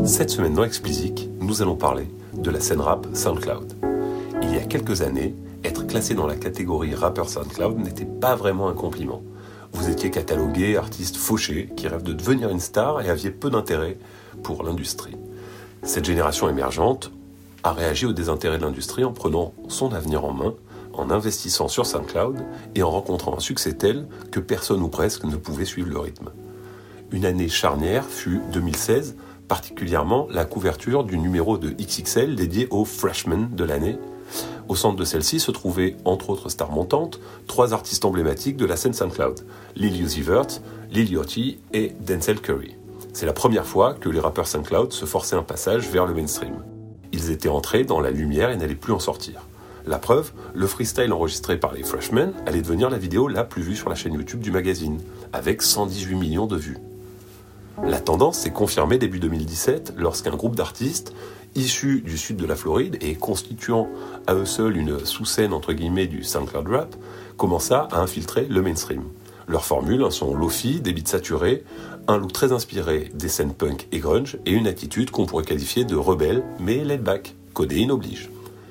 Cette semaine dans Explicit, nous allons parler de la scène rap SoundCloud. Il y a quelques années, être classé dans la catégorie rappeur SoundCloud n'était pas vraiment un compliment. Vous étiez catalogué artiste fauché qui rêve de devenir une star et aviez peu d'intérêt pour l'industrie. Cette génération émergente a réagi au désintérêt de l'industrie en prenant son avenir en main, en investissant sur SoundCloud et en rencontrant un succès tel que personne ou presque ne pouvait suivre le rythme. Une année charnière fut 2016, particulièrement la couverture du numéro de XXL dédié aux Freshmen de l'année. Au centre de celle-ci se trouvaient, entre autres stars montantes, 3 artistes emblématiques de la scène SoundCloud, Lil Uzi Vert, Lil Yachty et Denzel Curry. C'est la première fois que les rappeurs SoundCloud se forçaient un passage vers le mainstream. Ils étaient entrés dans la lumière et n'allaient plus en sortir. La preuve, le freestyle enregistré par les Freshmen allait devenir la vidéo la plus vue sur la chaîne YouTube du magazine, avec 118 millions de vues. La tendance s'est confirmée début 2017 lorsqu'un groupe d'artistes issus du sud de la Floride et constituant à eux seuls une sous-scène entre guillemets du SoundCloud rap commença à infiltrer le mainstream. Leur formule, un son lofi, des beats saturés, un look très inspiré des scènes punk et grunge et une attitude qu'on pourrait qualifier de rebelle mais laid back, codéine oblige.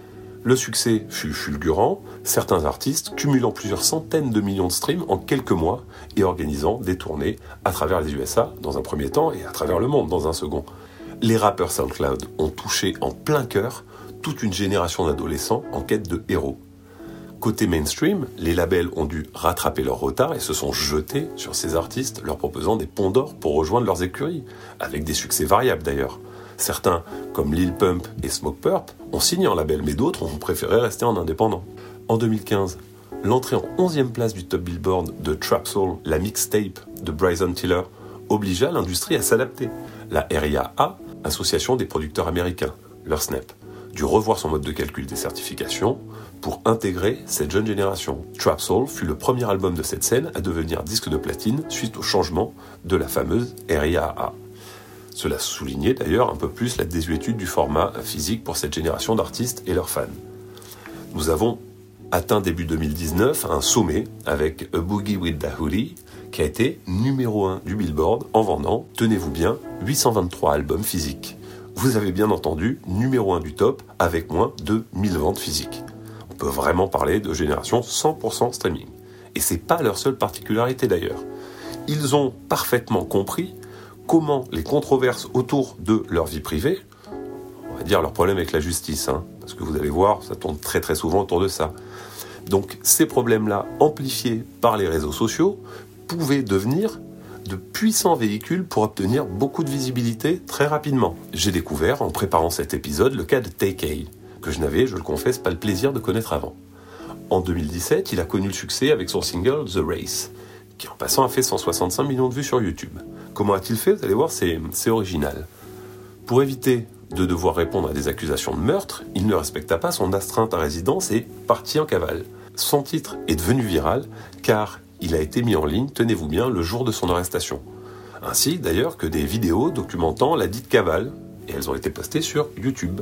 Le succès fut fulgurant, certains artistes cumulant plusieurs centaines de millions de streams en quelques mois et organisant des tournées à travers les USA dans un premier temps et à travers le monde dans un second. Les rappeurs SoundCloud ont touché en plein cœur toute une génération d'adolescents en quête de héros. Côté mainstream, les labels ont dû rattraper leur retard et se sont jetés sur ces artistes, leur proposant des ponts d'or pour rejoindre leurs écuries, avec des succès variables d'ailleurs. Certains, comme Lil Pump et Smokepurpp, ont signé en label, mais d'autres ont préféré rester en indépendant. En 2015, l'entrée en 11e place du top Billboard de Trap Soul, la mixtape de Bryson Tiller, obligea l'industrie à s'adapter. La RIAA, Association des producteurs américains, leur SNAP, dut revoir son mode de calcul des certifications pour intégrer cette jeune génération. Trap Soul fut le premier album de cette scène à devenir disque de platine suite au changement de la fameuse RIAA. Cela soulignait d'ailleurs un peu plus la désuétude du format physique pour cette génération d'artistes et leurs fans. Nous avons atteint début 2019 un sommet avec A Boogie with Da Hoodie qui a été numéro 1 du Billboard en vendant, tenez-vous bien, 823 albums physiques. Vous avez bien entendu, numéro 1 du top avec moins de 1000 ventes physiques. On peut vraiment parler de génération 100% streaming. Et c'est pas leur seule particularité d'ailleurs. Ils ont parfaitement compris comment les controverses autour de leur vie privée, on va dire leur problème avec la justice, parce que vous allez voir, ça tourne très très souvent autour de ça. Donc ces problèmes-là, amplifiés par les réseaux sociaux, pouvaient devenir de puissants véhicules pour obtenir beaucoup de visibilité très rapidement. J'ai découvert, en préparant cet épisode, le cas de Tay-K, que je n'avais, je le confesse, pas le plaisir de connaître avant. En 2017, il a connu le succès avec son single The Race, qui en passant a fait 165 millions de vues sur YouTube. Comment a-t-il fait ? Vous allez voir, c'est original. Pour éviter de devoir répondre à des accusations de meurtre, il ne respecta pas son astreinte à résidence et partit en cavale. Son titre est devenu viral car il a été mis en ligne, tenez-vous bien, le jour de son arrestation. Ainsi d'ailleurs que des vidéos documentant la dite cavale, et elles ont été postées sur YouTube.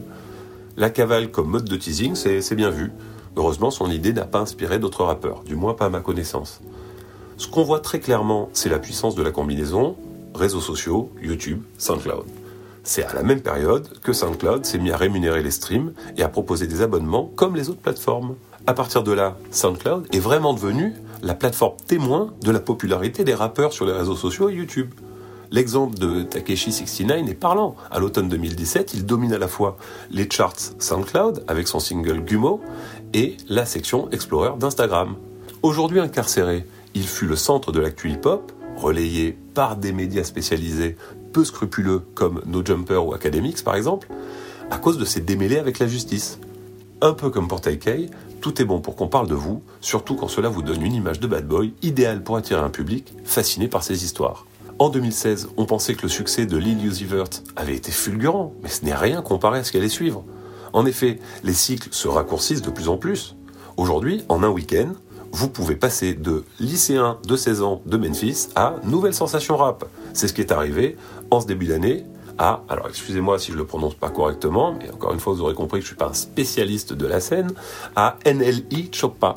La cavale comme mode de teasing, c'est bien vu. Heureusement, son idée n'a pas inspiré d'autres rappeurs, du moins pas à ma connaissance. Ce qu'on voit très clairement, c'est la puissance de la combinaison réseaux sociaux, YouTube, SoundCloud. C'est à la même période que SoundCloud s'est mis à rémunérer les streams et à proposer des abonnements comme les autres plateformes. À partir de là, SoundCloud est vraiment devenu la plateforme témoin de la popularité des rappeurs sur les réseaux sociaux et YouTube. L'exemple de Takeshi69 est parlant. À l'automne 2017, il domine à la fois les charts SoundCloud avec son single Gummo et la section Explorer d'Instagram. Aujourd'hui incarcéré, il fut le centre de l'actu hip-hop, relayé par des médias spécialisés peu scrupuleux comme No Jumper ou Academics par exemple, à cause de ses démêlés avec la justice. Un peu comme pour Tay-K, tout est bon pour qu'on parle de vous, surtout quand cela vous donne une image de bad boy idéale pour attirer un public fasciné par ces histoires. En 2016, on pensait que le succès de Lil Uzi Vert avait été fulgurant, mais ce n'est rien comparé à ce qui allait suivre. En effet, les cycles se raccourcissent de plus en plus. Aujourd'hui, en un week-end, vous pouvez passer de lycéen de 16 ans de Memphis à nouvelle sensation rap. C'est ce qui est arrivé en ce début d'année à, alors excusez-moi si je le prononce pas correctement, mais encore une fois vous aurez compris que je suis pas un spécialiste de la scène, à NLE Choppa.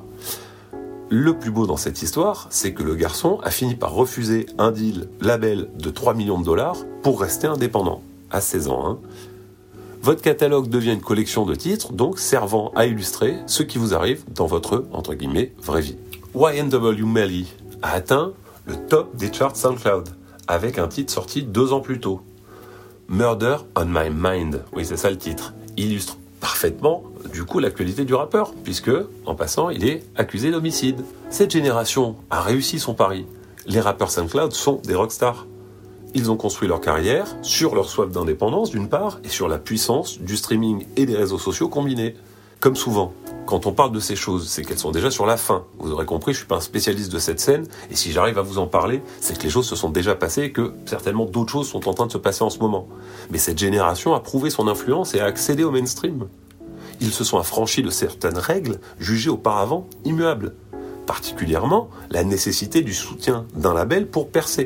Le plus beau dans cette histoire, c'est que le garçon a fini par refuser un deal label de 3 millions de dollars pour rester indépendant. à 16 ans. Hein. Votre catalogue devient une collection de titres, donc servant à illustrer ce qui vous arrive dans votre, entre guillemets, vraie vie. YNW Melly a atteint le top des charts SoundCloud, avec un titre sorti 2 ans plus tôt. Murder on My Mind, oui c'est ça le titre, illustre parfaitement du coup l'actualité du rappeur, puisque, en passant, il est accusé d'homicide. Cette génération a réussi son pari. Les rappeurs SoundCloud sont des rockstars. Ils ont construit leur carrière sur leur soif d'indépendance d'une part, et sur la puissance du streaming et des réseaux sociaux combinés. Comme souvent, quand on parle de ces choses, c'est qu'elles sont déjà sur la fin. Vous aurez compris, je suis pas un spécialiste de cette scène, et si j'arrive à vous en parler, c'est que les choses se sont déjà passées et que certainement d'autres choses sont en train de se passer en ce moment. Mais cette génération a prouvé son influence et a accédé au mainstream. Ils se sont affranchis de certaines règles jugées auparavant immuables. Particulièrement, la nécessité du soutien d'un label pour percer.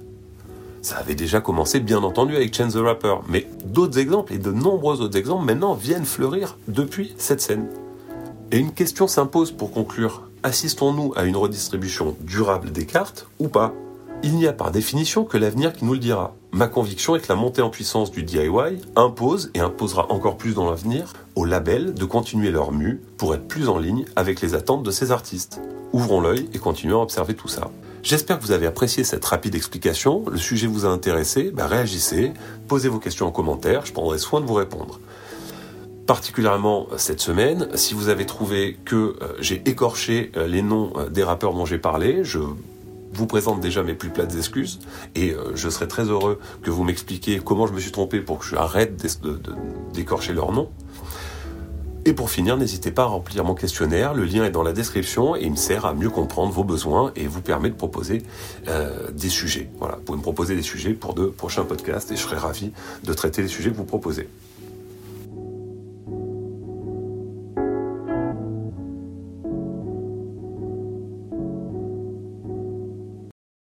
Ça avait déjà commencé, bien entendu, avec Chance the Rapper, mais d'autres exemples, et de nombreux autres exemples, maintenant viennent fleurir depuis cette scène. Et une question s'impose pour conclure. Assistons-nous à une redistribution durable des cartes ou pas ? Il n'y a par définition que l'avenir qui nous le dira. Ma conviction est que la montée en puissance du DIY impose, et imposera encore plus dans l'avenir, aux labels de continuer leur mue pour être plus en ligne avec les attentes de ces artistes. Ouvrons l'œil et continuons à observer tout ça. J'espère que vous avez apprécié cette rapide explication. Le sujet vous a intéressé, réagissez, posez vos questions en commentaire, je prendrai soin de vous répondre. Particulièrement cette semaine, si vous avez trouvé que j'ai écorché les noms des rappeurs dont j'ai parlé, je vous présente déjà mes plus plates excuses et je serai très heureux que vous m'expliquiez comment je me suis trompé pour que je arrête d'écorcher leurs noms. Et pour finir, n'hésitez pas à remplir mon questionnaire, le lien est dans la description et il me sert à mieux comprendre vos besoins et vous permet de proposer des sujets. Voilà, vous pouvez me proposer des sujets pour de prochains podcasts et je serai ravi de traiter les sujets que vous proposez.